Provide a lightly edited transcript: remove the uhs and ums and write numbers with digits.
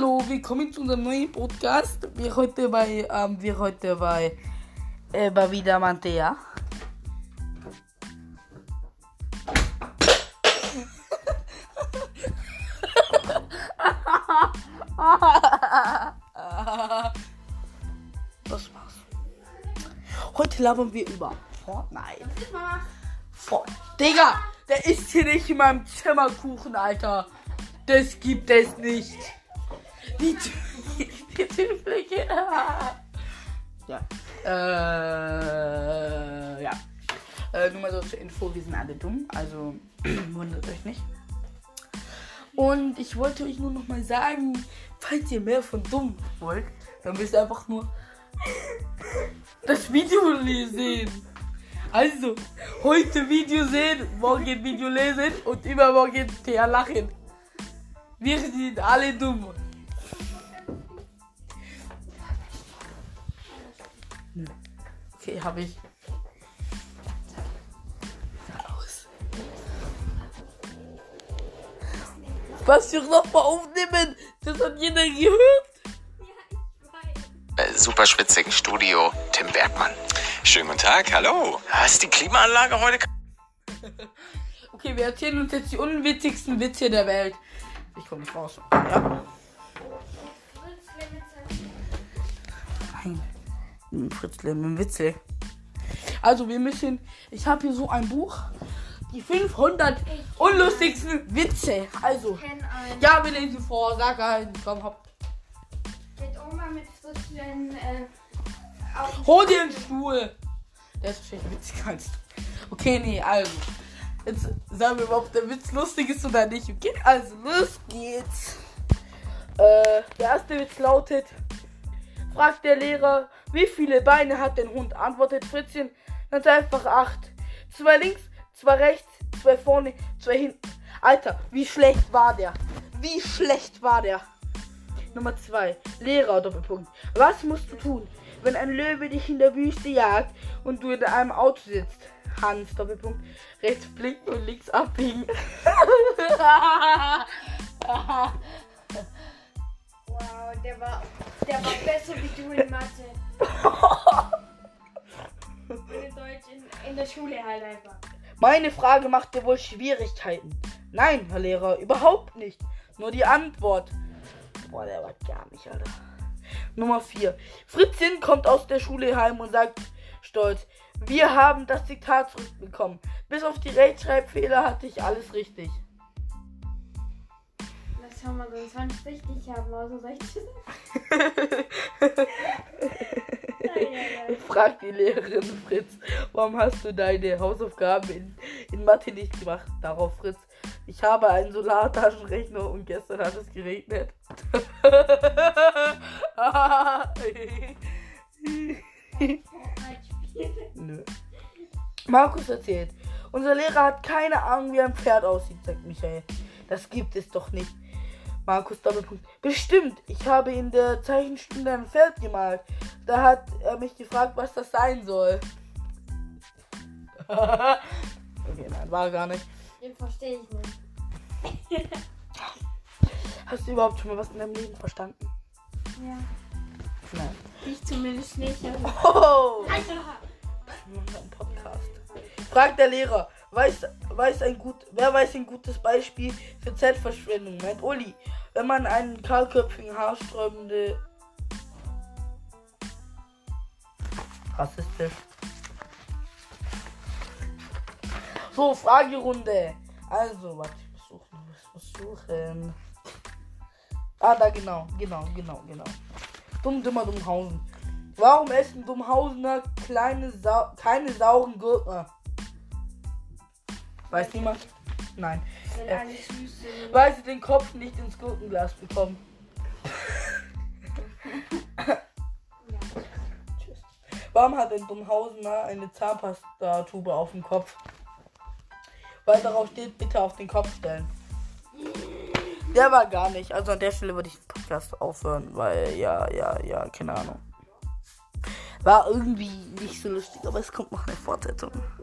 Hallo, willkommen zu unserem neuen Podcast. Wir heute bei wieder Mantea. Das war's. Heute labern wir über Fortnite. Digga, der ist hier nicht in meinem Zimmerkuchen, Alter. Das gibt es nicht. Die Blicke. Ja. Nur mal so zur Info, wir sind alle dumm. Also wundert euch nicht. Und ich wollte euch nur noch mal sagen, falls ihr mehr von dumm wollt, dann müsst ihr einfach nur das Video sehen. Also, heute Video sehen, morgen Video lesen und übermorgen Thea lachen. Wir sind alle dumm. Okay, habe ich. Aus. Was wir nochmal aufnehmen, das hat jeder gehört. Super schwitzigen Studio, Tim Bergmann. Schönen guten Tag, hallo. Ist die Klimaanlage heute? Okay, wir erzählen uns jetzt die unwitzigsten Witze der Welt. Ich komme nicht raus. Ja. Nein. Fritz Lemon Witze. Also ich habe hier so ein Buch. Die 500 unlustigsten Witze. Also. Ja, wir lesen vor. Sag ein. Komm, hopp. Geht Oma mit Fritzchen Hol dir den Stuhl. Der ist wahrscheinlich witziger als du. Okay, nee, also. Jetzt sagen wir mal, ob der Witz lustig ist oder nicht. Okay, also los geht's. Der erste Witz lautet: Fragt der Lehrer, wie viele Beine hat der Hund? Antwortet Fritzchen, ganz einfach 8. 2 links, 2 rechts, 2 vorne, 2 hinten. Alter, wie schlecht war der? Wie schlecht war der? Nummer 2. Lehrer, Doppelpunkt. Was musst du tun, wenn ein Löwe dich in der Wüste jagt und du in einem Auto sitzt? Hans, Doppelpunkt. Rechts blinken und links abbiegen. Wow, der war besser wie du in Mathe. Und in Deutsch in der Schule halt einfach. Meine Frage macht dir wohl Schwierigkeiten. Nein, Herr Lehrer, überhaupt nicht. Nur die Antwort. Boah, der war gar nicht, Alter. Nummer 4. Fritzchen kommt aus der Schule heim und sagt stolz: Wir haben das Diktat zurückbekommen. Bis auf die Rechtschreibfehler hatte ich alles richtig. Das haben wir sonst richtig haben, also soll ich das Fragt die Lehrerin Fritz: Warum hast du deine Hausaufgaben in Mathe nicht gemacht? Darauf Fritz: Ich habe einen Solartaschenrechner und gestern hat es geregnet. Nö. Markus erzählt: Unser Lehrer hat keine Ahnung, wie ein Pferd aussieht, sagt Michael. Das gibt es doch nicht. Markus Doppelpunkt: Bestimmt, ich habe in der Zeichenstunde ein Pferd gemalt. Da hat er mich gefragt, was das sein soll. Okay, nein, war gar nicht. Den verstehe ich nicht. Hast du überhaupt schon mal was in deinem Leben verstanden? Ja. Nein. Ich zumindest nicht. Also. Oh! Alter! Ein Podcast. Fragt der Lehrer: Wer weiß ein gutes Beispiel für Zeitverschwendung? Meint Uli: Wenn man einen kahlköpfigen, haarsträubende... Rassistisch. So, Fragerunde. Also, warte, ich muss suchen. Ah, da, genau. Dummhausen. Warum essen Dummhausener keine sauren Gurken? Weiß niemand? Nein. Weil sie den Kopf nicht ins Gurkenglas bekommen. Tschüss. Warum hat ein Dummhausener eine Zahnpastatube auf dem Kopf? Weil darauf steht: Bitte auf den Kopf stellen. Der war gar nicht. Also an der Stelle würde ich den Podcast aufhören, weil ja, keine Ahnung. War irgendwie nicht so lustig, aber es kommt noch eine Fortsetzung.